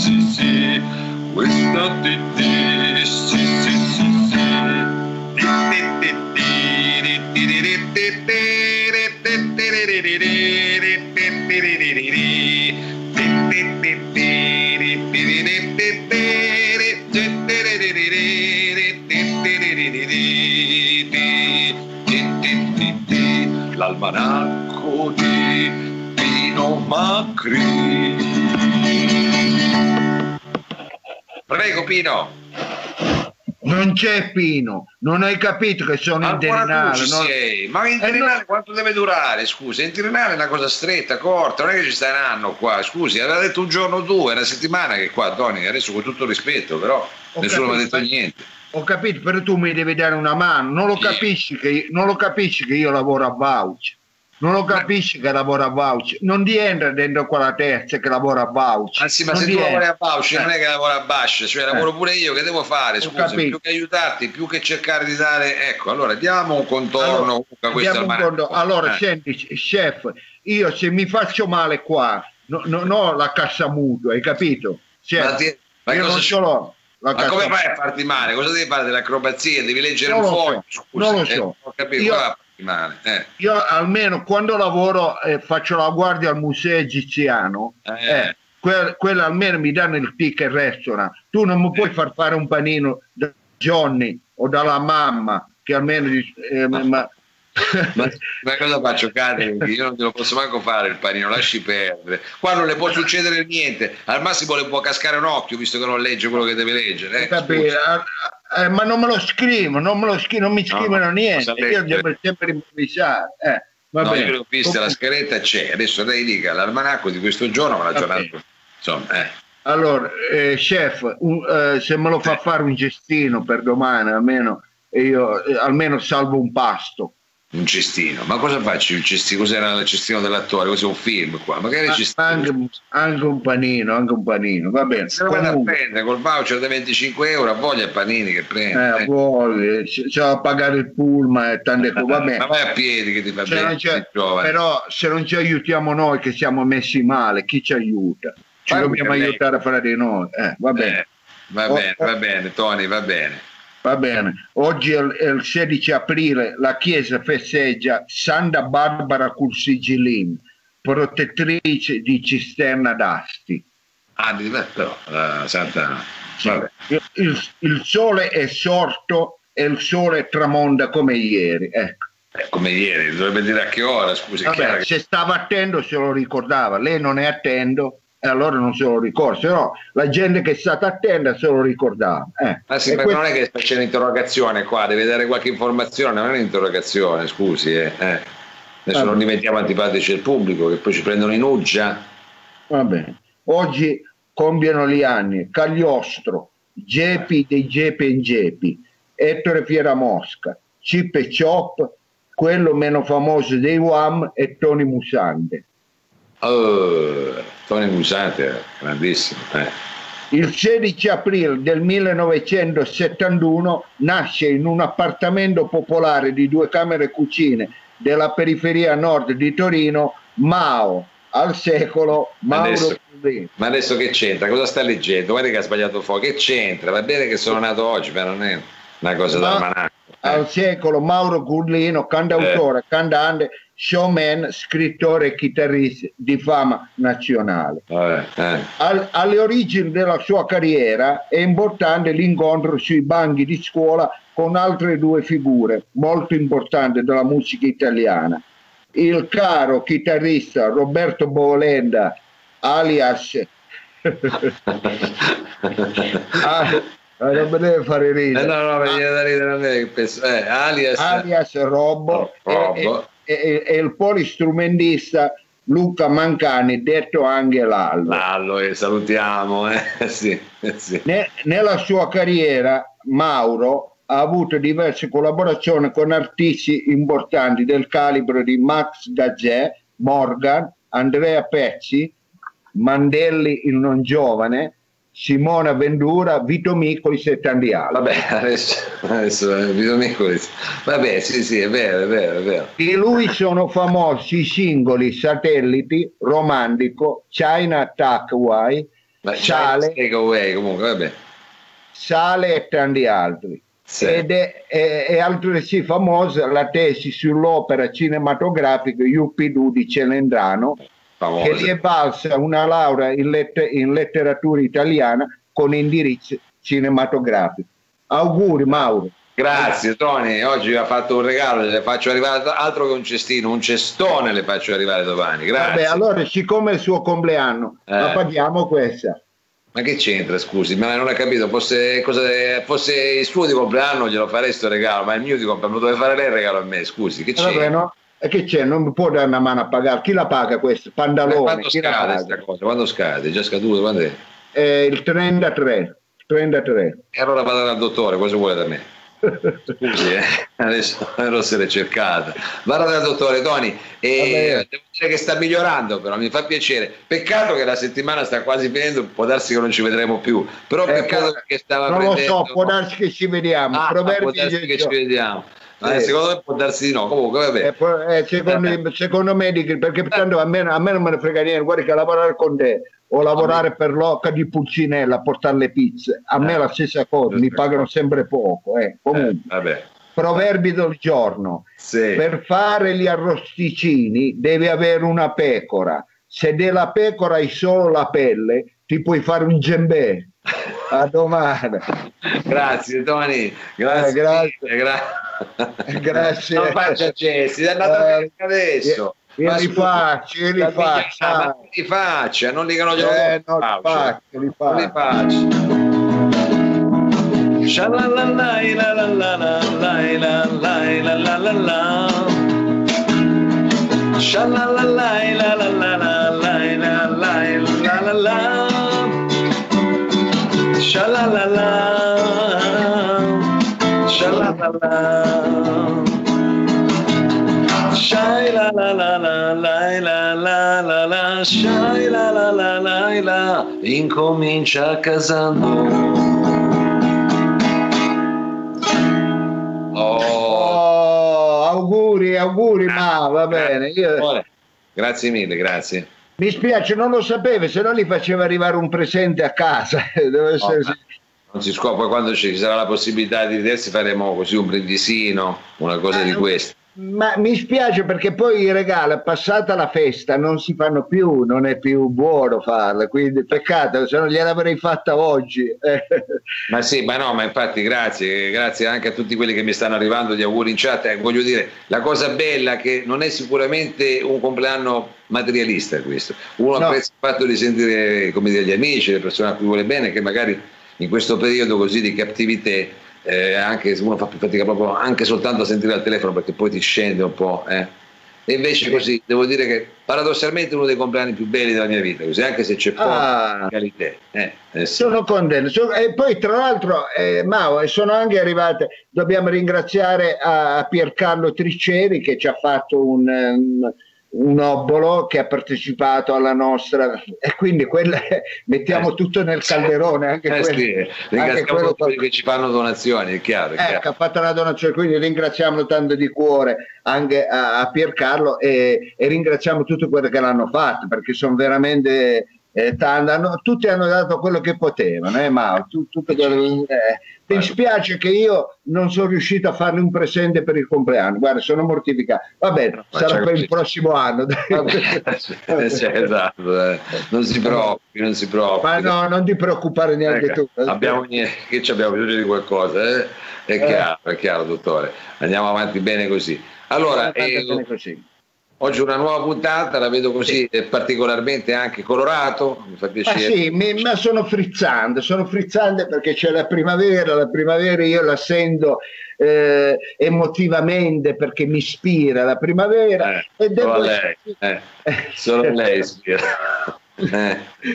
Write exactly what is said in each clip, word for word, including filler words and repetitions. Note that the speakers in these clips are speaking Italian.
sì, sì, questa ti di, sì, sì, sì, sì. L'almanacco di Pino Macri. Prego Pino. Non c'è Pino, non hai capito che sono Ancora interinale? tu ci non... sei, ma interinale eh no... quanto deve durare? Scusi, interinale è una cosa stretta, corta, non è che ci sta un anno qua, scusi, aveva detto un giorno o due, è una settimana che qua, Tony, adesso con tutto rispetto, però Ho nessuno mi ha capito, detto niente. Ho capito, però tu mi devi dare una mano, non lo Sì. capisci che io, non lo capisci che io lavoro a voucher, non lo capisci che lavoro a voucher, non ti entra dentro quella terza che lavora a voucher. Ah sì, ma non se tu lavori a Bausch eh. non è che lavoro a Bascia, cioè lavoro eh. pure io, che devo fare? Scusa, più che aiutarti, più che cercare di dare, ecco, allora diamo un contorno allora, a questo un conto. Allora, eh. senti, chef, io se mi faccio male qua, no, no, no la cassa mutua, hai capito? Chef, ma ti, ma io cosa non ce l'ho. Ma come fai a farti male? Cosa devi fare? Delle acrobazie? Devi leggere non un lo foglio? So, Scusa, non lo eh, so. ho capito, Io, come va a farti male? Eh. io almeno quando lavoro e eh, faccio la guardia al museo egiziano, Eh. eh, quella, quella almeno mi danno il ticket restaurant. Tu non mi puoi far fare un panino da Johnny o dalla mamma che almeno eh, ma, ma... ma, ma cosa faccio, catering? Io non te lo posso manco fare il panino, lasci perdere. Qua non le può succedere niente, al massimo le può cascare un occhio visto che non legge quello che deve leggere. Eh, eh, ma non me lo scrivo, non me lo scrivo, non mi scrivono no, niente, io devo sempre improvvisare. Eh, va no, bene. io l'ho vista, la scaletta c'è, adesso lei dica l'almanacco di questo giorno, ma la giornata, insomma, eh. Allora, eh, chef, un, eh, se me lo fa fare un cestino per domani, almeno io eh, almeno salvo un pasto. Un cestino, ma cosa faccio il cestino? Cos'era il cestino dell'attore? Cos'è un film qua? Magari ah, cestino. Anche, anche un panino, anche un panino, va bene. Se lo vado a prendere col voucher da venticinque euro, a voglia panini che prende. Eh, eh. Voglia, c'è da pagare il pullman e tante cose, va bene. Ma vai a piedi che ti fa bene, però se non ci aiutiamo noi che siamo messi male, chi ci aiuta? Ci vai dobbiamo aiutare a fare di noi. Eh, va bene. Eh, va oh, bene, oh. va bene, Tony, va bene. Va bene, oggi è il sedici aprile, la Chiesa festeggia Santa Barbara Cursigilin, protettrice di Cisterna d'Asti. Ah, però, la Santa... Sì. Il, il sole è sorto e il sole tramonda come ieri, ecco. Eh, come ieri, dovrebbe dire a che ora, scusi. Vabbè, se stava attento se lo ricordava, lei non è attento. E allora non se lo ricorda, però la gente che è stata attenta se lo ricordava. Eh. Ah sì, ma questo... non è che c'è un'interrogazione qua, deve dare qualche informazione, non è un'interrogazione, scusi. Eh. Eh. Adesso non diventiamo antipatici al pubblico, che poi ci prendono in uggia. Va bene. Oggi compiono gli anni Cagliostro, Gepi dei Gepi in Gepi, Ettore Fieramosca, Chip e Chop, quello meno famoso dei Wham e Tony Musante. Oh, Tony Musante, grandissimo. Eh. Il sedici aprile del millenovecentosettantuno nasce in un appartamento popolare di due camere e cucine della periferia nord di Torino Mao, al secolo Mauro adesso, ma adesso che c'entra? Cosa sta leggendo? Guarda che ha sbagliato fuoco. Che c'entra? Va bene che sono nato oggi, ma non è una cosa da almanacco. Eh. Al secolo Mauro Curlino, cantautore, eh. cantante, showman, scrittore e chitarrista di fama nazionale. Eh, eh. Al, alle origini della sua carriera è importante l'incontro sui banchi di scuola con altre due figure molto importanti della musica italiana. Il caro chitarrista Roberto Bolenda, alias ah, non mi deve fare ridere. Eh no, no, mi viene da ridere a me, penso, eh, alias, alias Robbo, Robbo. E, e, e il polistrumentista Luca Mancani, detto anche Lallo. Lallo, e salutiamo. Eh. sì, sì. Ne, nella sua carriera Mauro ha avuto diverse collaborazioni con artisti importanti del calibro di Max Gazzè, Morgan, Andrea Pezzi, Mandelli il non giovane, Simona Vendura, Vito Micoli, settanta anni. Vabbè, adesso, adesso eh, Vito Micoli. Vabbè, sì, sì, è vero, è vero, è vero. Di lui sono famosi i singoli Satelliti, Romantico, China Attack Why, Ma Sale, Away, comunque, vabbè. Sale e tanti altri. Sì. Ed è, è, è altresì famosa la tesi sull'opera cinematografica Yuppidù di Celentano, Famosa. che gli è valsa una laurea in, lette, in letteratura italiana con indirizzo cinematografico. Auguri Mauro. Grazie Tony, oggi mi ha fatto un regalo, le faccio arrivare altro che un cestino, un cestone le faccio arrivare domani. Grazie. Vabbè, allora siccome è il suo compleanno, eh. la paghiamo questa. Ma che c'entra, scusi? Ma non ho capito, fosse, cosa, fosse il suo di compleanno glielo farei sto regalo, ma il mio di compleanno dove fare lei il regalo a me, scusi, che c'è? Vabbè, no? E che c'è? Non mi può dare una mano a pagare, chi la paga questo? Pantalone? Quando scade questa cosa? Quando scade? È già scaduto? Quando è? Eh, il trentatré. trentatré. E allora vado dal dottore, cosa vuole da me? Scusi, eh? Adesso non se l'è cercata. Vado dal dottore Tony e devo dire che sta migliorando, però mi fa piacere. Peccato che la settimana sta quasi finendo, può darsi che non ci vedremo più, però eh, peccato che stava non prendendo... lo so, può darsi che ci vediamo. Ah, può darsi che ci vediamo. Ma eh, secondo me può darsi di no, comunque vabbè. Eh, eh, secondo, secondo me, perché tanto a me, a me non me ne frega niente, guarda che lavorare con te o lavorare per l'Oca di Pulcinella a portare le pizze, a me è la stessa cosa, mi pagano sempre poco. Eh. Comunque, eh, vabbè. Proverbi del giorno. Sì. Per fare gli arrosticini devi avere una pecora, se della pecora hai solo la pelle ti puoi fare un gembè. A domani. Grazie Tony, grazie. Eh, grazie. Gra- grazie. Non faccia gesti, è andata eh, adesso. Io li faccio, io li faccio. Ma li faccia, non dicono glielo eh, non li faccio, li faccio. Non li faccio. Shalalala la la la la la la la la la. Shalalala la la la la la la la la. Shalalala, shalalala, shai la la la la la la la la la, shai la la la la la, incomincia casando. Oh, oh auguri, auguri, ma va bene. Io... Grazie mille, grazie. Mi spiace, non lo sapevo, se no gli faceva arrivare un presente a casa. Deve essere... no, non si scopre, quando ci sarà la possibilità di vedersi faremo così un brindisino, una cosa eh, di questo. Ma mi spiace perché poi i regali, passata la festa, non si fanno più, non è più buono farla, quindi peccato, se non gliel'avrei fatta oggi. Ma sì, ma no, ma infatti grazie, grazie anche a tutti quelli che mi stanno arrivando di auguri in chat. Eh, voglio dire, la cosa bella è che non è sicuramente un compleanno materialista questo, uno no. apprezza il fatto di sentire, come dire, gli amici, le persone a cui vuole bene, che magari in questo periodo così di cattività, eh, anche se uno fa più fatica proprio anche soltanto a sentire al telefono perché poi ti scende un po', eh. E invece così devo dire che paradossalmente è uno dei compleanni più belli della mia vita, così, anche se c'è poca qualità. Eh, eh, sì. Sono contento. E poi tra l'altro, eh, Mao, sono anche arrivate, dobbiamo ringraziare a Piercarlo Tricceri che ci ha fatto un, un un obolo, che ha partecipato alla nostra, e quindi quella, mettiamo eh, tutto nel calderone, anche eh, quello, sì. Ringraziamo quello quelli che ci fanno donazioni, è chiaro, è ecco, chiaro. Ha fatto la donazione, quindi ringraziamo tanto di cuore anche a, a Piercarlo e, e ringraziamo tutti quelli che l'hanno fatto, perché sono veramente eh, tanti, hanno, tutti hanno dato quello che potevano, eh, ma tu, tutto quello, eh, mi spiace che io non sono riuscito a fargli un presente per il compleanno, guarda, sono mortificato. Va bene, sarà per così. Il prossimo anno. Vabbè, cioè, esatto, eh. Non si preoccupi, non si preoccupi. Ma no, non ti preoccupare neanche ecco, tu. Abbiamo niente, che ci abbiamo bisogno di qualcosa, eh? È eh. chiaro, è chiaro, dottore. Andiamo avanti bene così. Allora, eh, bene così. Oggi una nuova puntata, la vedo così sì. particolarmente anche colorato, mi fa piacere. Ah, sì, mi, ma sono frizzante, sono frizzante perché c'è la primavera, la primavera io la sento eh, emotivamente perché mi ispira la primavera. Eh, e devo solo essere... lei, eh, solo lei ispira. Eh,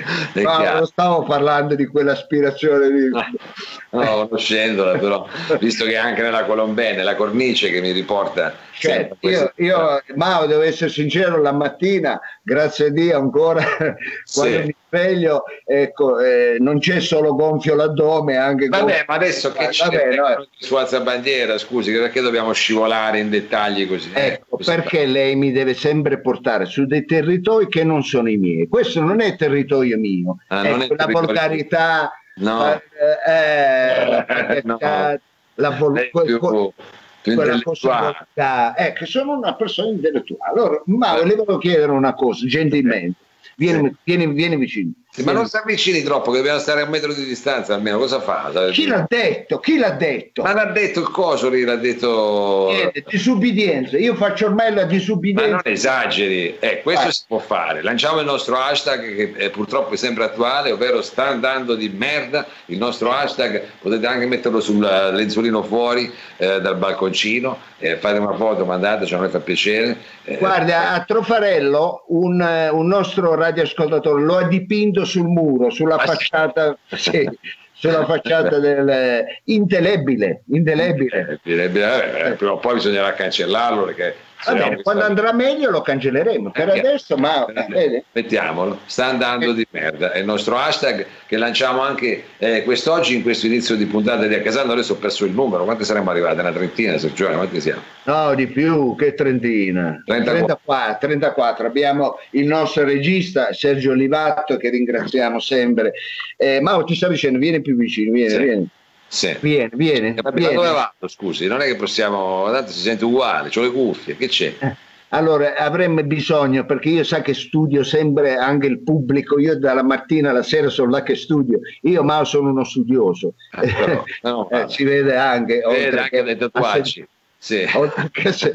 no, non stavo parlando di quell'aspirazione di... no, no, conoscendola però, visto che anche nella colombè, nella cornice che mi riporta cioè, io, io ma devo essere sincero, la mattina grazie a Dio ancora quando sì. mi sveglio, ecco, eh, non c'è solo gonfio l'addome, anche vabbè gonfio... ma adesso che c'è vabbè, no. su alzabandiera, scusi, perché dobbiamo scivolare in dettagli così ecco eh, così perché va. Lei mi deve sempre portare su dei territori che non sono i miei, questo non non è territorio mio. Ah, ecco, non è la territorio... volgarità, no. eh, eh, no. la vol- più, più quella cosa, eh, che sono una persona intellettuale. Allora, ma volevo chiedere una cosa, gentilmente. Vieni, sì. vieni, vieni vicino. Sì, ma non si avvicini troppo, che dobbiamo stare a un metro di distanza almeno. Cosa fa? Chi l'ha detto? Chi l'ha detto? Ma l'ha detto il coso lì, l'ha detto. Niente, disubbidienza. Io faccio ormai la disubbidienza. Ma non esageri, eh, questo eh. si può fare. Lanciamo il nostro hashtag che è purtroppo sempre attuale, ovvero sta andando di merda. Il nostro hashtag potete anche metterlo sul lenzolino fuori eh, dal balconcino, eh, fate una foto, mandateci, a noi fa piacere. Eh, Guarda, a Trofarello un, un nostro radioascoltatore lo ha dipinto sul muro, sulla ah, facciata, sì, sulla facciata del indelebile, indelebile. indelebile. Eh, prima o poi bisognerà cancellarlo perché Vabbè, quando stati... andrà meglio lo cancelleremo, per eh, adesso ma eh, mettiamolo, sta andando eh. di merda, è il nostro hashtag che lanciamo anche eh, quest'oggi in questo inizio di puntata di A Casando. Adesso ho perso il numero, quante saremmo arrivate? Una trentina, Sergio, quanti siamo? No, di più, che trentina, trentaquattro, trentaquattro. Abbiamo il nostro regista Sergio Olivatto che ringraziamo sempre. eh, Mao, ti sto dicendo, vieni più vicino, vieni, sì. vieni. Sì. Viene, viene, ma viene. dove vado? Scusi, non è che possiamo, tanto si sente uguale, c'ho le cuffie, che c'è? Eh, allora avremmo bisogno, perché io sa che studio sempre anche il pubblico, io dalla mattina alla sera sono là che studio, io ma sono uno studioso, ah, però, no, eh, si vede anche, si vede anche dai tatuaggi, sì. oltre che, se,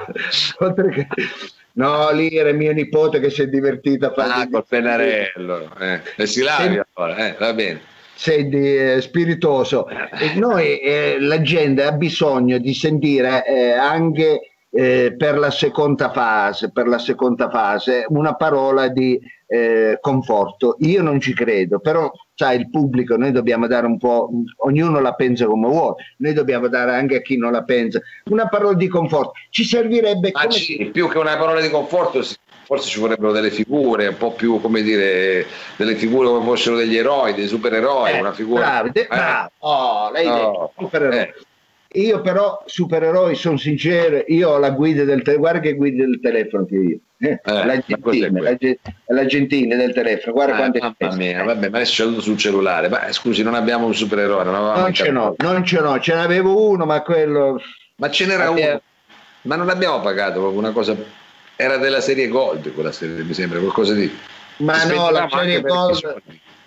oltre che no, lì era mio nipote che si è divertito a fare ah, col pennarello, eh. e si lavi allora, eh, va bene. Sei di, eh, spiritoso. E noi eh, la gente ha bisogno di sentire eh, anche eh, per la seconda fase, per la seconda fase una parola di eh, conforto. Io non ci credo, però sai, il pubblico, noi dobbiamo dare un po', ognuno la pensa come vuole, noi dobbiamo dare anche a chi non la pensa una parola di conforto. Ci servirebbe Ma come sì, più che una parola di conforto forse ci vorrebbero delle figure un po' più, come dire, delle figure come fossero degli eroi, dei supereroi, eh, una figura bravo, de- bravo. Eh. Oh, lei no, detto, supereroi. Eh. Io però supereroi sono sincero, io ho la guida del telefono, guarda che guida del telefono che io eh, eh, l'Argentina, l'Argentina del telefono, guarda ah, quante mamma mia, vabbè, ma adesso c'è sul cellulare, ma scusi, non abbiamo un supereroe, non avevamo non ce n'ho, non ce n'ho, ce n'avevo uno, ma quello ma ce n'era uno, uno, ma non l'abbiamo pagato proprio una cosa, era della serie Gold quella serie, mi sembra, qualcosa di ma no, la serie Gold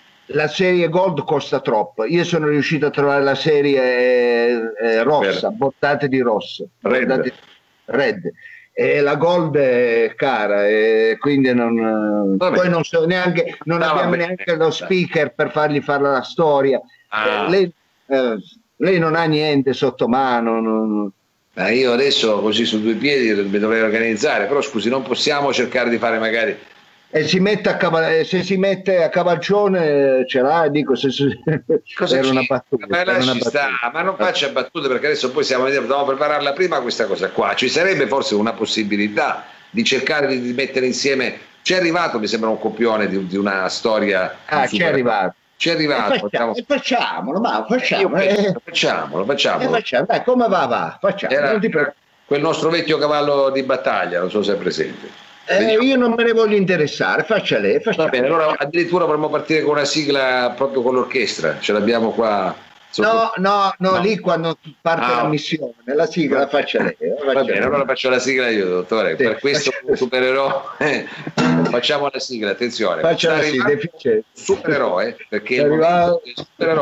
la serie Gold costa troppo. Io sono riuscito a trovare la serie eh, eh, rossa, per... bottate di rosso, red, red. E la Gold è cara e quindi non vabbè. Poi non so neanche non no, abbiamo vabbè. neanche lo speaker per fargli fare la storia. Ah. Eh, lei, eh, lei non ha niente sotto mano. Non... Ma io adesso così su due piedi mi dovrei organizzare, però scusi, non possiamo cercare di fare magari. E si mette a caval- se si mette a cavalcione ce l'ha, dico se, se cosa era una battuta, ma, era una battuta. Sta, ma non faccia battute perché adesso poi siamo a vedere, dobbiamo prepararla prima questa cosa qua, ci sarebbe forse una possibilità di cercare di, di mettere insieme, ci è arrivato mi sembra un copione di, di una storia ah ci è arrivato ci è arrivato e facciamo, e facciamolo ma facciamo, eh, eh. facciamolo facciamolo, eh, facciamo. Dai, come va va facciamo era, non ti quel nostro vecchio cavallo di battaglia, non so se è presente. Eh, io non me ne voglio interessare, faccia lei. Faccia Va bene, allora addirittura potremmo partire con una sigla proprio con l'orchestra, ce l'abbiamo qua. No, no, no, no, lì quando parte ah, la missione, la sigla la faccia lei. Faccia Va bene, lei. Allora faccio la sigla io, dottore. Sì, per questo supereroe eh, facciamo la sigla, attenzione. Faccia la sigla, supereroe, perché il momento del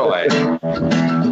supereroe.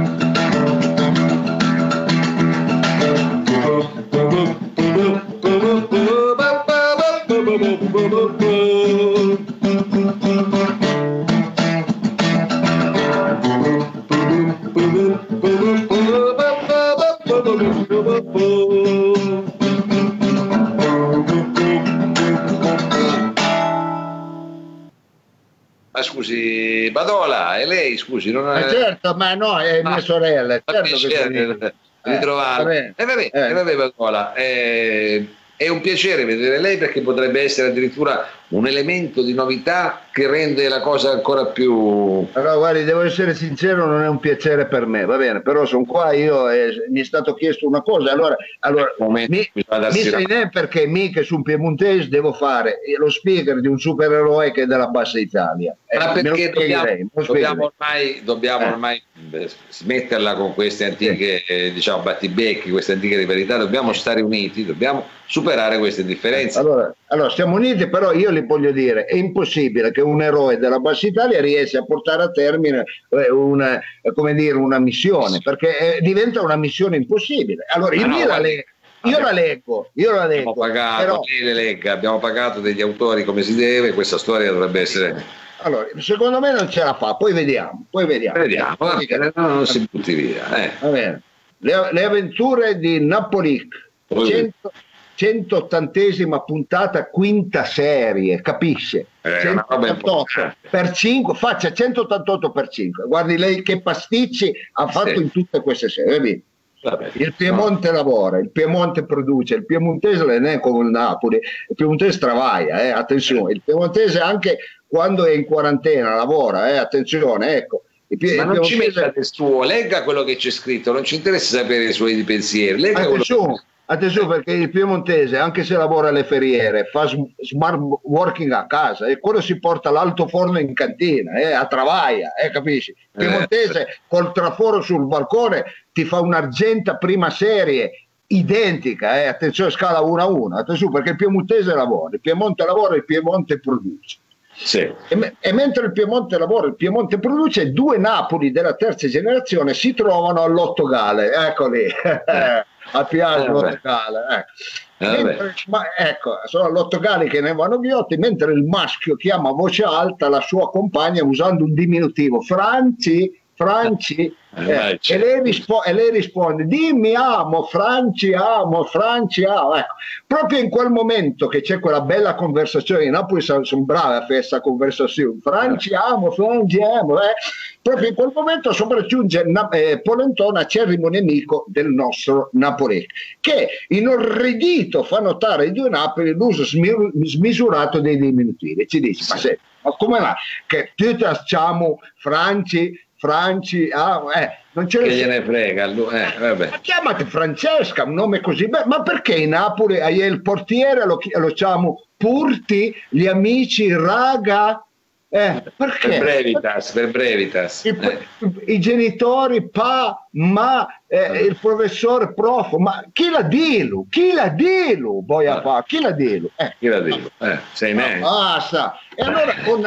Ma scusi, Badola, è lei, scusi, non è... Ma certo, ma no, è ah, mia sorella, certo che piacere ritrovarla. Eh, eh, vabbè, eh. Eh, vabbè, Badola, eh, è un piacere vedere lei perché potrebbe essere addirittura un elemento di novità che rende la cosa ancora più... Allora, guardi, devo essere sincero, non è un piacere per me, va bene, però sono qua, io eh, mi è stato chiesto una cosa, allora, allora momento, mi, mi sai ne perché mica su un piemontese devo fare lo speaker di un supereroe che è della Bassa Italia. Eh, Ma perché dobbiamo, dobbiamo ormai, dobbiamo eh. ormai smetterla con queste antiche, sì. eh, diciamo, battibecchi, queste antiche rivalità, dobbiamo stare uniti, dobbiamo superare queste differenze. Allora, allora siamo uniti, però io le voglio dire, è impossibile che un eroe della Bassa Italia riesca a portare a termine una, come dire, una missione, perché eh, diventa una missione impossibile. Allora io, no, la, le, io la leggo, io la leggo. Abbiamo pagato, però... le legga, abbiamo pagato degli autori come si deve, questa storia dovrebbe essere... Allora, secondo me non ce la fa, poi vediamo, poi vediamo. Vediamo, va bene, no, non si butti via. Eh. Va bene. Le, le avventure di Napoleon, centottantesima puntata, quinta serie, capisce? Eh, centottantotto per cinque, faccia centottantotto per cinque. Guardi lei che pasticci ha fatto sì. in tutte queste serie. Vedi? Vabbè, il Piemonte no. lavora, il Piemonte produce, il piemontese non è come il Napoli, il piemontese travaia, eh, attenzione, il piemontese anche quando è in quarantena lavora, eh, attenzione, ecco. Pie- Ma non ci metta del suo, legga quello che c'è scritto, non ci interessa sapere i suoi pensieri, legga attenzione, quello che... attenzione perché il piemontese, anche se lavora alle ferriere, fa smart working a casa e quello si porta l'altoforno in cantina, eh, a travaia, eh, capisci? Il piemontese eh. col traforo sul balcone ti fa un'argenta prima serie identica, eh, attenzione, scala uno a uno, attenzione perché il piemontese lavora, il Piemonte lavora e il Piemonte produce. Sì. E, e mentre il Piemonte lavora, il Piemonte produce, due Napoli della terza generazione si trovano all'Otto Gale, eccoli, eh. a Piazza eh, Lotto Gale. Eh. Eh, mentre, ma, ecco, sono all'Otto Gale che ne vanno ghiotti, mentre il maschio chiama a voce alta la sua compagna usando un diminutivo, Franci, Franci, eh, e, lei rispo- e lei risponde dimmi amo Franci, amo Franci, amo. Ecco, proprio in quel momento che c'è quella bella conversazione, in Napoli sono, sono bravi a fare questa conversazione, Franci amo, Franci amo, eh. proprio in quel momento sopraggiunge eh, Polentone, acerrimo nemico del nostro Napoli, che inorridito fa notare ai due Napoli l'uso smi- smisurato dei diminutivi, ci dice ma, se, ma come va che tutti facciamo Franci Franci, ah, eh, non ce che gliene frega, eh, vabbè. Ma chiamati Francesca, un nome così bello, ma perché in Napoli hai il portiere lo, lo chiamo Purti, gli amici, raga, eh, perché? Per brevitas, per brevitas. I, eh. i genitori, pa, ma, eh, il professore, prof, ma chi la dilu? Chi la dilu? Poi a fa, chi la dilu? Eh. Chi la dilu? Eh, sei me. Basta. E allora con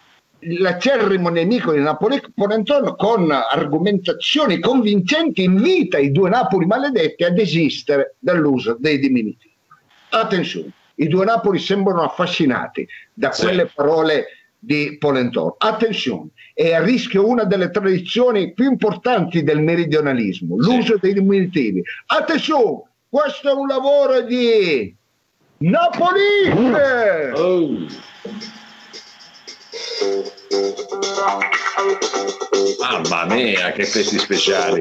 l'acerrimo nemico di Napoli Polentone con argomentazioni convincenti invita i due Napoli maledetti a desistere dall'uso dei diminutivi. Attenzione, i due Napoli sembrano affascinati da quelle sì. parole di Polentone. Attenzione, è a rischio una delle tradizioni più importanti del meridionalismo, l'uso sì. dei diminutivi. Attenzione, questo è un lavoro di Napoli! Oh. Mamma mia, che effetti speciali.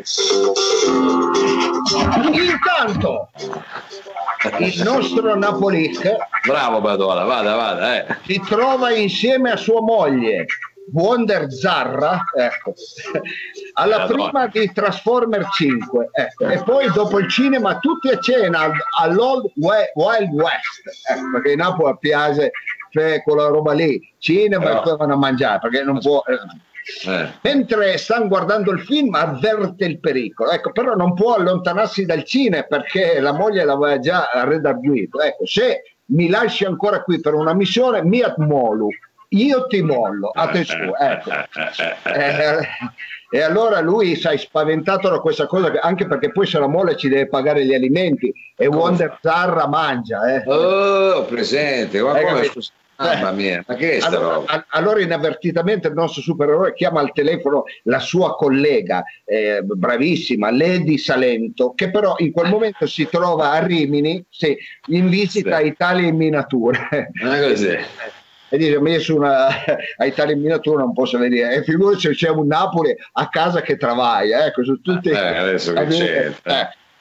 Intanto il nostro Napolic, bravo Badola, vada vada eh. si trova insieme a sua moglie Wonder Zarra, ecco, alla Madonna. prima di Transformer cinque, ecco, e poi dopo il cinema tutti a cena all'Old Wild West, ecco, perché in Napoli piace cioè quella roba lì, cinema no. e poi vanno a mangiare perché non può eh. Eh. Mentre stanno guardando il film avverte il pericolo, ecco, però non può allontanarsi dal cinema perché la moglie l'aveva già redarguito, ecco, se mi lasci ancora qui per una missione mi ammolu, io ti mollo, attenzione, ecco. eh, e allora lui sai spaventato da questa cosa, anche perché poi se la molle ci deve pagare gli alimenti e come Wonder Zarra mangia eh. oh presente ma come, mamma mia, ma che è sta allora, roba? Allora inavvertitamente il nostro supereroe chiama al telefono la sua collega eh, bravissima Lady Salento, che però in quel momento si trova a Rimini, sì, in visita sì. a Italia in miniatura. Ma cos'è? E dice messo una a Italia in miniatura non posso vedere e figurati se c'è un Napoli a casa che travaglia, ecco, su tutti eh, adesso che c'è eh,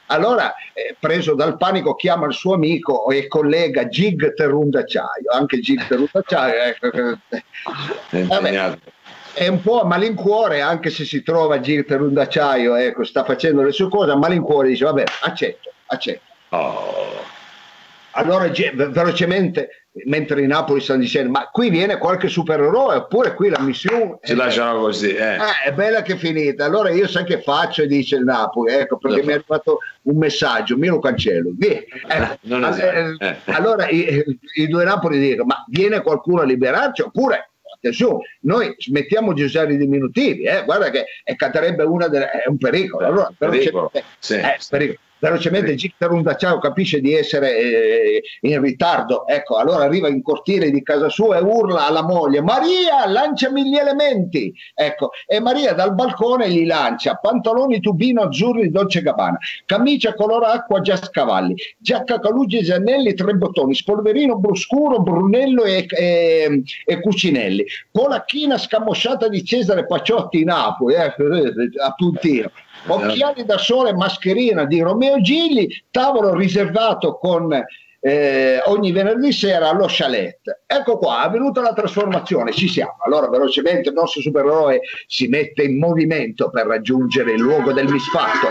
Allora, eh, preso dal panico, chiama il suo amico e collega Gig Terrundacciaio, anche Gig Terrundacciaio, ecco, vabbè, è un po' a malincuore, anche se si trova Gig Terrundacciaio, ecco, sta facendo le sue cose, a malincuore dice, vabbè, accetto, accetto. Oh. Allora, velocemente, mentre in Napoli stanno dicendo, ma qui viene qualche supereroe, oppure qui la missione... Si lasciano così, eh. eh. È bella che è finita. Allora io sai che faccio, dice il Napoli, ecco, perché mi è arrivato un messaggio, mi lo cancello. Ecco, non esatto. eh. Allora i, i due Napoli dicono, ma viene qualcuno a liberarci, oppure... Attenzione, noi smettiamo di usare i diminutivi, eh? Guarda che eh, canterebbe una delle, è un pericolo. Allora, pericolo. Sì. Eh, pericolo. Velocemente Gig Terrundacciaio capisce di essere eh, in ritardo, ecco, allora arriva in cortile di casa sua e urla alla moglie, Maria, lanciami gli elementi, ecco, e Maria dal balcone gli lancia pantaloni tubino azzurri Dolce Gabbana, camicia color acqua Giascavalli, giacca Calugi Giannelli, tre bottoni, spolverino bruscuro, Brunello e, e, e Cucinelli, polacchina scamosciata di Cesare Paciotti Napoli, eh, a puntino. Occhiali da sole, mascherina di Romeo Gigli, tavolo riservato con eh, ogni venerdì sera allo chalet. Ecco qua, è venuta la trasformazione, ci siamo. Allora velocemente il nostro supereroe si mette in movimento per raggiungere il luogo del misfatto.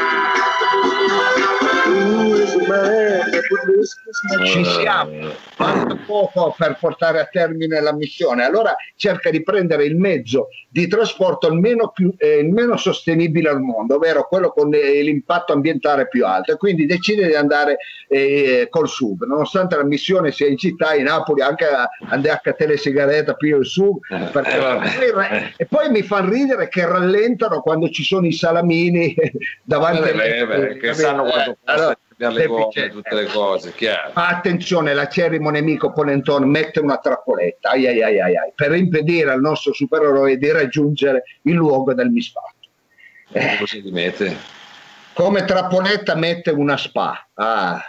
Ci siamo, manca poco per portare a termine la missione, allora cerca di prendere il mezzo di trasporto il meno, più, eh, il meno sostenibile al mondo, ovvero quello con eh, l'impatto ambientale più alto, e quindi decide di andare eh, col S U V, nonostante la missione sia in città, in Napoli, anche a andare a telesigaretta più il S U V, perché, eh, poi, e poi mi fa ridere che rallentano quando ci sono i salamini davanti eh, beh, che sanno quanto allora, le cose, tutte le cose, chiaro. Ma attenzione, l'acerrimo nemico Polentone mette una trappoletta ai ai ai ai ai, per impedire al nostro supereroe di raggiungere il luogo del misfatto. Eh, cosa ti mette? Come trappoletta mette una spa. Ah.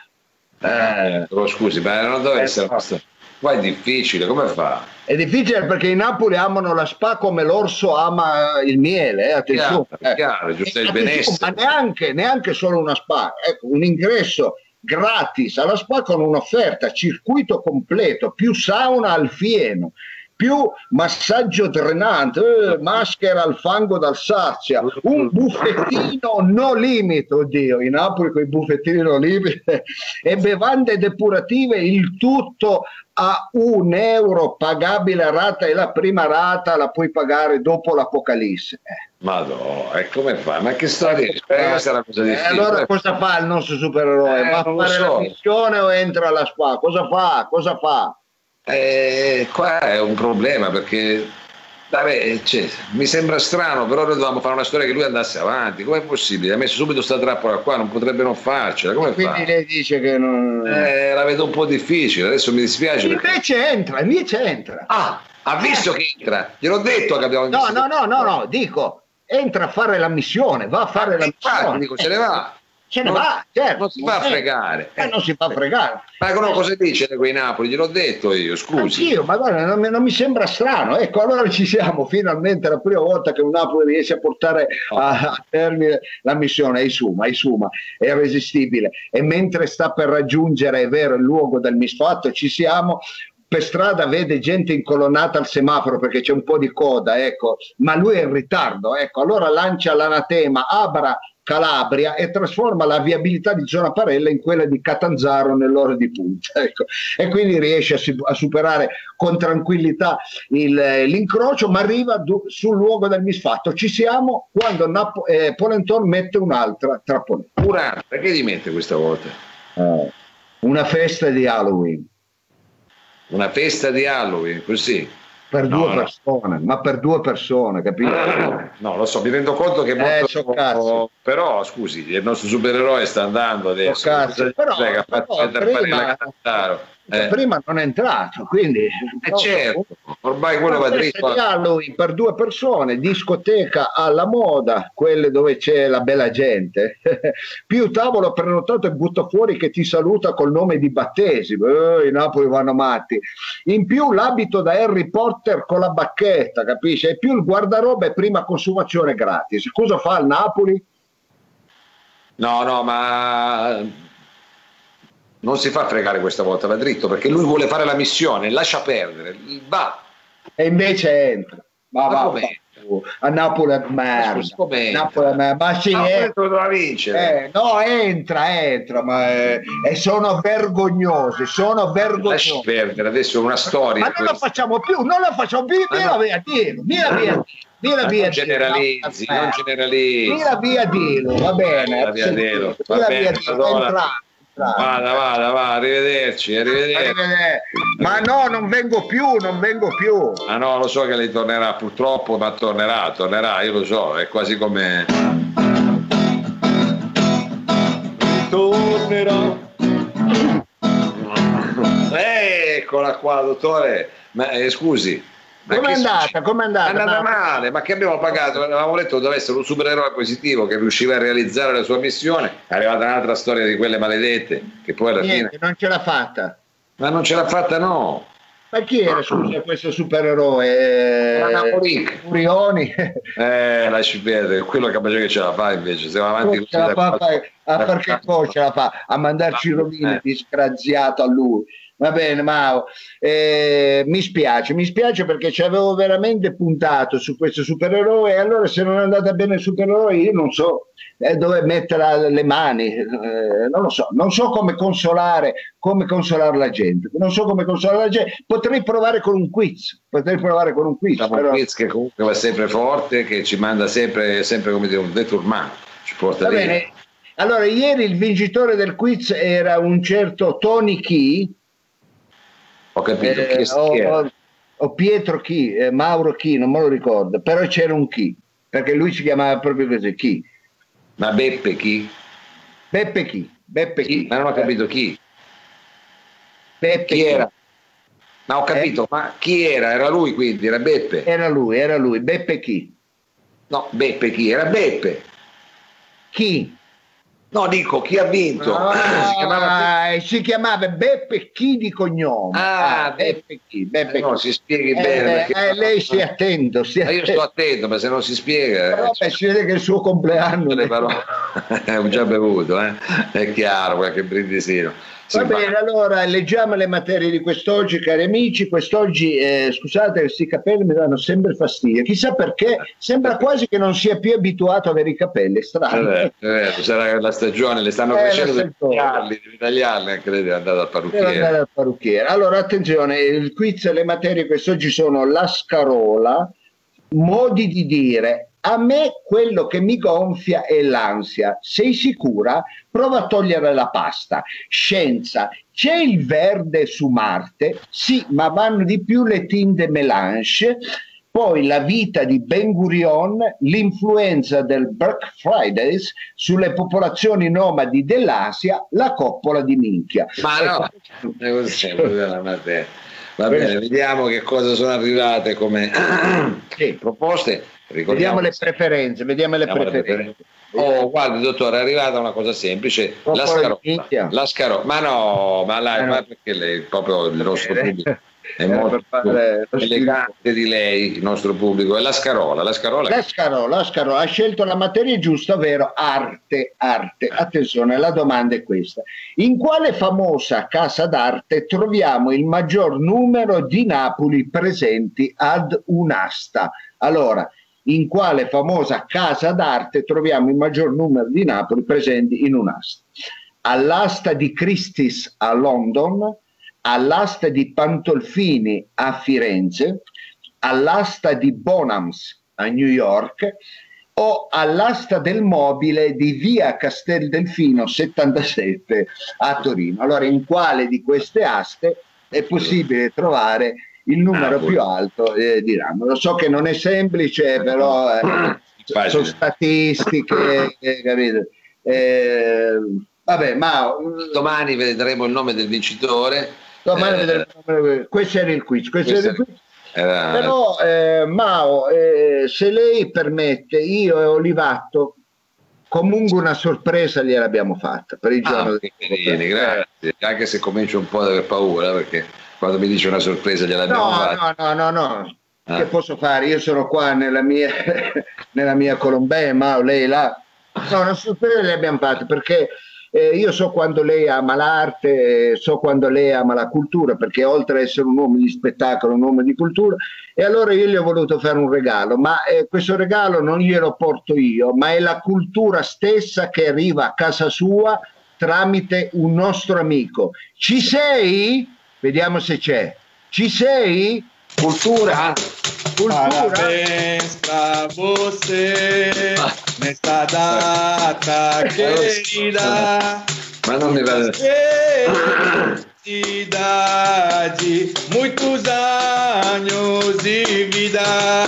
Eh, oh, scusi, ma non deve essere questo. Qua è difficile, come fa? È difficile perché i Napoli amano la spa come l'orso ama il miele, eh, attenzione. Chiaro, chiaro, giusto il benessere. Ma neanche, neanche solo una spa, ecco, un ingresso gratis alla spa con un'offerta, circuito completo, più sauna al fieno, più massaggio drenante, eh, maschera al fango d'Alsazia, un buffettino no limite, oddio, in Napoli con i buffettini no limite, e bevande depurative, il tutto a un euro pagabile a rata, e la prima rata la puoi pagare dopo l'Apocalisse. Madonna, e come fa? Ma che storia? Eh, questa è una cosa difficile. E allora cosa fa il nostro supereroe? Eh, Va a fare so. la missione o entra alla spa? Cosa fa? Cosa fa? Eh, qua è un problema perché vabbè, cioè, mi sembra strano, però noi dovevamo fare una storia che lui andasse avanti. Com'è possibile? Ha messo subito sta trappola qua, non potrebbe non farcela. Come Quindi fa? lei dice che non... Eh, la vedo un po' difficile, adesso mi dispiace. Invece perché... entra, invece entra. Ah, ha visto che entra? Gliel'ho detto che abbiamo No, visto. no, no, no, no, dico, entra a fare la missione, va a fare la missione. Dico, se ne va. Se ne non, va, certo. Non si fa a fregare. Eh, non si fa fregare. Ma no, cosa dice quei Napoli? Gliel'ho detto io, scusi. Anch'io, ma guarda, non, non mi sembra strano. Ecco, allora ci siamo, finalmente, la prima volta che un Napoli riesce a portare a, a termine la missione. Isuma, Isuma, è irresistibile. E mentre sta per raggiungere, è vero, il luogo del misfatto, ci siamo. Per strada vede gente incolonnata al semaforo perché c'è un po' di coda, ecco, ma lui è in ritardo, ecco, allora lancia l'anatema Abra Calabria e trasforma la viabilità di zona Parella in quella di Catanzaro nell'ora di punta, ecco. E quindi riesce a, a superare con tranquillità il, l'incrocio, ma arriva du, sul luogo del misfatto. Ci siamo quando Napo, eh, Polenton mette un'altra trappoletta. Un'altra, che gli mette questa volta? Eh, una festa di Halloween. Una festa di Halloween, così? Per no, due no. persone, ma per due persone, capito? No, lo so, mi rendo conto che è molto... Eh, però, scusi, il nostro supereroe sta andando adesso. Cazzo, però, che però prima, eh. prima non è entrato, quindi... Eh, certo, ormai quello va dritto. Halloween per due persone, discoteca alla moda, quelle dove c'è la bella gente, più tavolo prenotato e butta fuori che ti saluta col nome di battesimo, eh, i Napoli vanno matti, in più l'abito da Harry Potter con la bacchetta, capisci? E più il guardaroba e prima consumazione gratis. Cosa fa il Napoli? No, no, ma non si fa fregare questa volta, va dritto, perché lui vuole fare la missione, lascia perdere, va. E invece entra. Ma, Ma va, come? va, a Napoli è merda. Come Napoli è merda. Ma sì, no, eh, doveva vincere. eh, no, entra, entra, ma eh, e sono vergognosi, sono Lasci vergognosi. perdere, adesso è una storia. Ma non lo facciamo più, non lo facciamo più, Ma via no. via dirlo, via via, via Ma via non dirlo, generalizzi, no, non generalizzi. via via dirlo, va bene, La via Delo. Va via bene, via dirlo, allora. entra, entra. Vada, vada, va, arrivederci, arrivederci. Arrivederci. Ma no, non vengo più, non vengo più. Ah no, lo so che lei tornerà, purtroppo, ma tornerà, tornerà, io lo so, è quasi come... Tornerà. Eccola qua, dottore. Ma eh, scusi. Com'è andata? Com'è andata? È andata Ma... male, ma che abbiamo pagato? Avevamo detto che doveva essere un supereroe positivo che riusciva a realizzare la sua missione. È arrivata un'altra storia di quelle maledette che poi alla Niente, fine... non ce l'ha fatta. Ma non ce l'ha fatta, no. Ma chi era, scusa, questo supereroe? Era Napoli. Furioni. Eh, lasci perdere, quello è capace che ce la fa invece, siamo avanti ce la fa, a perché poi ce la fa a mandarci rovine, eh. disgraziato a lui. Va bene, Mao, eh, mi spiace, mi spiace perché ci avevo veramente puntato su questo supereroe e allora se non è andata bene il supereroe io non so eh, dove mettere le mani, eh, non lo so, non so come consolare, come consolare la gente, non so come consolare la gente, potrei provare con un quiz, potrei provare con un quiz. Diciamo però... un quiz che comunque va sempre forte, che ci manda sempre, sempre come dire, un deturmante, ci porta Va via. bene, allora ieri il vincitore del quiz era un certo Tony Chi. Ho capito, Eh, chi o, era? o, o Pietro Chi, eh, Mauro Chi, non me lo ricordo, però c'era un Chi, perché lui si chiamava proprio così, Chi. Ma Beppe chi? Beppe Chi, Beppe Chi. Chi? Ma non ho capito chi. Beppe Chi era? Ma ho capito, Eh? ma chi era? Era lui quindi, era Beppe? Era lui, era lui, Beppe Chi. No, Beppe chi? Era Beppe. Chi? No, dico, chi ha vinto? Ah, si chiamava... eh, si chiamava Beppe Chi di cognome. Ah, Ah, Beppe Chi, Beppe Eh no, Chi. si spieghi Eh, bene. eh, Perché... eh, lei stia attento, stia Ma io sto attento, ma se non si spiega... Però, beh, si vede che è il suo compleanno. Le parole. Ho già bevuto, eh? È chiaro, qualche brindisino. Va bene, allora leggiamo le materie di quest'oggi, cari amici. Quest'oggi, eh, scusate, questi capelli mi danno sempre fastidio. Chissà perché, sembra quasi che non sia più abituato ad avere i capelli, è strano. Eh, eh, sarà la stagione, le stanno Eh, crescendo, la devi stagione. tagliarli, devi tagliarli, anche lei deve andare dal Devo parrucchiere. andare al parrucchiere. Allora, attenzione, il quiz e le materie quest'oggi sono la scarola, modi di dire. A me quello che mi gonfia è l'ansia. Sei sicura? Prova a togliere la pasta. Scienza. C'è il verde su Marte? Sì, ma vanno di più le tinte melange. Poi la vita di Ben Gurion, l'influenza del Black Fridays sulle popolazioni nomadi dell'Asia, la coppola di minchia. Ma no, è così, la materia. Va bene, vediamo che cosa sono arrivate come Sì. proposte. Vediamo le preferenze, vediamo le Vediamo le preferenze. Oh, guardi dottore, è arrivata una cosa semplice, la scarola, la scarola, ma no, ma là, Eh no. ma perché lei, proprio il nostro Eh, pubblico è eh, molto per fare lo più elegante di lei, il nostro pubblico, è la scarola, la scarola. La scarola, la scarola ha scelto la materia giusta, ovvero arte, arte. Attenzione, la domanda è questa. In quale famosa casa d'arte troviamo il maggior numero di Napoli presenti ad un'asta? Allora, in quale famosa casa d'arte troviamo il maggior numero di Napoli presenti in un'asta? All'asta di Christie's a London, all'asta di Pantolfini a Firenze, all'asta di Bonhams a New York o all'asta del mobile di via Casteldelfino settantasette a Torino. Allora, in quale di queste aste è possibile trovare il numero Napoli. più alto eh, di Napoli? Lo so che non è semplice, però eh, sono statistiche, eh, capite? Eh, vabbè, ma Domani vedremo il nome del vincitore. domani Eh, vedremo il numero- questo era il quiz, questo questo era il quiz. era- Però eh, Mao, eh, se lei permette, io e Olivatto comunque una sorpresa gliel'abbiamo fatta per il giorno Ah, del che carini, grazie. Anche se comincio un po' ad aver paura, perché quando mi dice una sorpresa gliel'abbiamo No, fatta. no, no, no, no. Ah. Che posso fare? Io sono qua nella mia, nella mia Colombè, Mao, lei là. No, una sorpresa le abbiamo fatte perché eh, io so quando lei ama l'arte, eh, so quando lei ama la cultura, perché oltre ad essere un uomo di spettacolo, un uomo di cultura, e allora io gli ho voluto fare un regalo, ma eh, questo regalo non glielo porto io, ma è la cultura stessa che arriva a casa sua tramite un nostro amico. Ci sei? Vediamo se c'è. Ci sei? Cultura? Cultura? Parabéns pra você nesta data querida. Ma non mi va. Felicidade, muitos anos de vida.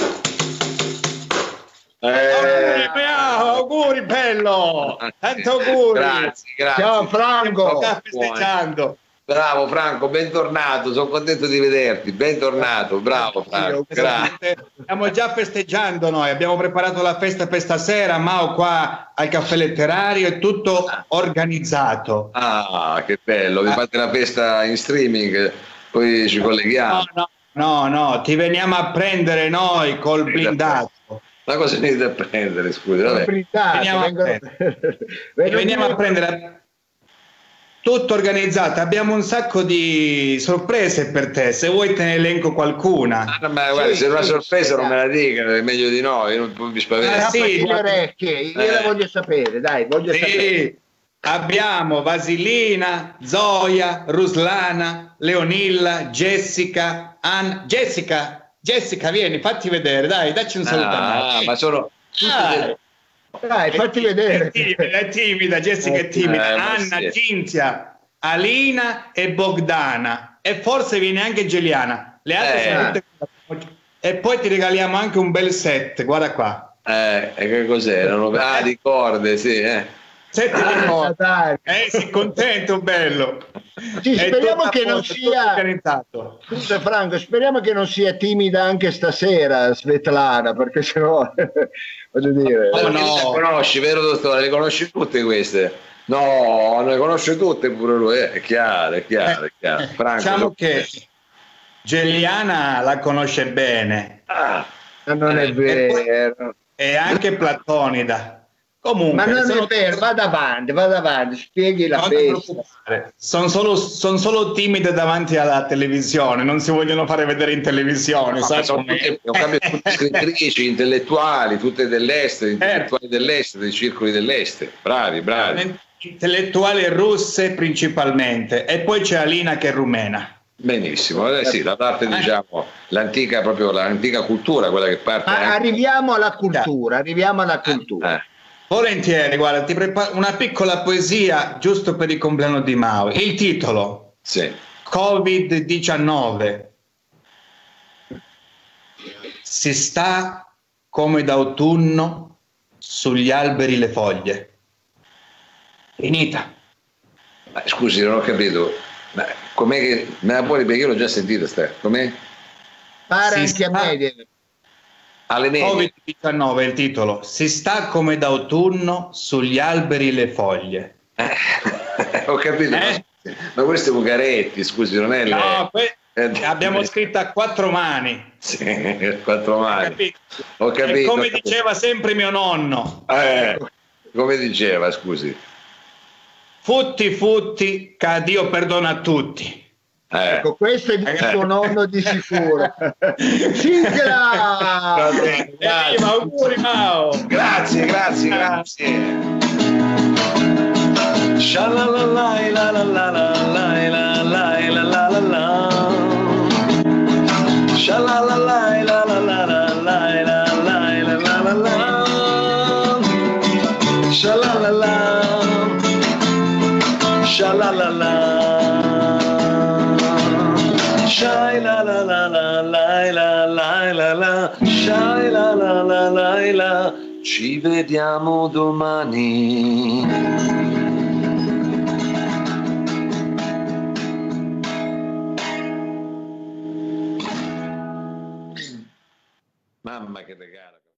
Eh, Auguri, auguri bello, tanti auguri. Grazie, grazie. Ciao Franco. Sta festeggiando. Bravo Franco, bentornato, sono contento di vederti, bentornato, bravo Franco, grazie. Stiamo già festeggiando noi, abbiamo preparato la festa per stasera, Mao qua al caffè letterario, è tutto organizzato. Ah, che bello, vi fate la festa in streaming, poi ci colleghiamo. No, no, no, no, ti veniamo a prendere noi col blindato. Ma cosa venite a prendere, scusi? Vabbè. Veniamo a prendere. Veniamo a prendere tutto organizzato, abbiamo un sacco di sorprese per te, se vuoi te ne elenco qualcuna. Ah, ma guarda, Sì, se è una sì, sorpresa sì, non me la dica, è meglio di no, io non mi spavento. Ah, sì, sì, le orecchie, io Eh. la voglio sapere, dai, voglio sapere. Sì, abbiamo Vasilina, Zoya, Ruslana, Leonilla, Jessica, Ann. Jessica, Jessica, vieni, fatti vedere, dai, dacci un saluto. Ah, a ma sono tutti Dai. del- Dai, fatti vedere. È timida, è timida, Jessica è timida. Eh, ma Anna, sì. Cinzia, Alina e Bogdana. E forse viene anche Geliana. Le altre Eh. sono tutte... E poi ti regaliamo anche un bel set, guarda qua. Eh, e che cos'erano? Ah, di corde, sì, eh. Set di Ah, cose. dai. Eh, sei contento, bello. Sì, È speriamo tutto a che non posto, tutto sia- organizzato. Scusa Franco, speriamo che non sia timida anche stasera Svetlana, perché sennò voglio dire. Oh, Perché no. le conosci, vero dottore? Le conosci tutte queste? No, non le conosce tutte pure lui, eh, è chiaro, è chiaro, è chiaro. Franco, Diciamo so- che Geliana la conosce bene Ah, Ma non è e poi- vero. e anche Platonida. Comunque, Ma non sono- è vero, vada avanti, vada avanti, spieghi la non ti festa. preoccupare. Sono solo, son solo timide davanti alla televisione, non si vogliono fare vedere in televisione. ma sai sono com'è? tutte, è un cambio tutte scrittrici, intellettuali, tutte dell'est, Certo. intellettuali dell'est, dei circoli dell'est. Bravi, bravi. Intellettuali russe principalmente, e poi c'è Alina che è rumena. Benissimo, eh, sì, da parte diciamo l'antica proprio l'antica cultura, quella che parte Ma anche- arriviamo alla cultura, arriviamo alla cultura. eh, Volentieri, guarda, ti preparo una piccola poesia giusto per il compleanno di Mao. Il titolo: sì. covid diciannove. Si sta come d'autunno sugli alberi le foglie. Finita. Ma scusi, non ho capito. Ma com'è che me la puoi ripetere? Io l'ho già sentita, sta. Com'è? Pare Si anche a sta- me. deve- Alle medie. covid diciannove è il titolo. Si sta come d'autunno sugli alberi le foglie. Eh, ho capito. Eh? Ma, ma questo è Bucaretti, scusi, non è lei. No, que- Eh, abbiamo scritto a quattro mani. Sì, quattro mani. Capito? Ho capito. E come ho capito. diceva sempre mio nonno, Eh, come diceva, scusi. futti futti, che Dio perdona a tutti. Eh. Ecco, questo è di Eh. suo nonno di sicuro. Sigla! Vabbè, grazie. Evviva, auguri Mao! Grazie, grazie, grazie. Shalalalai, la la la la la la la la la la la. Shalalalai, la la la la la la la la la la. Shalalala. Shalalala. Shai la la la la la la la la la. Shai la la la la la. Ci vediamo domani. Mamma che regalo.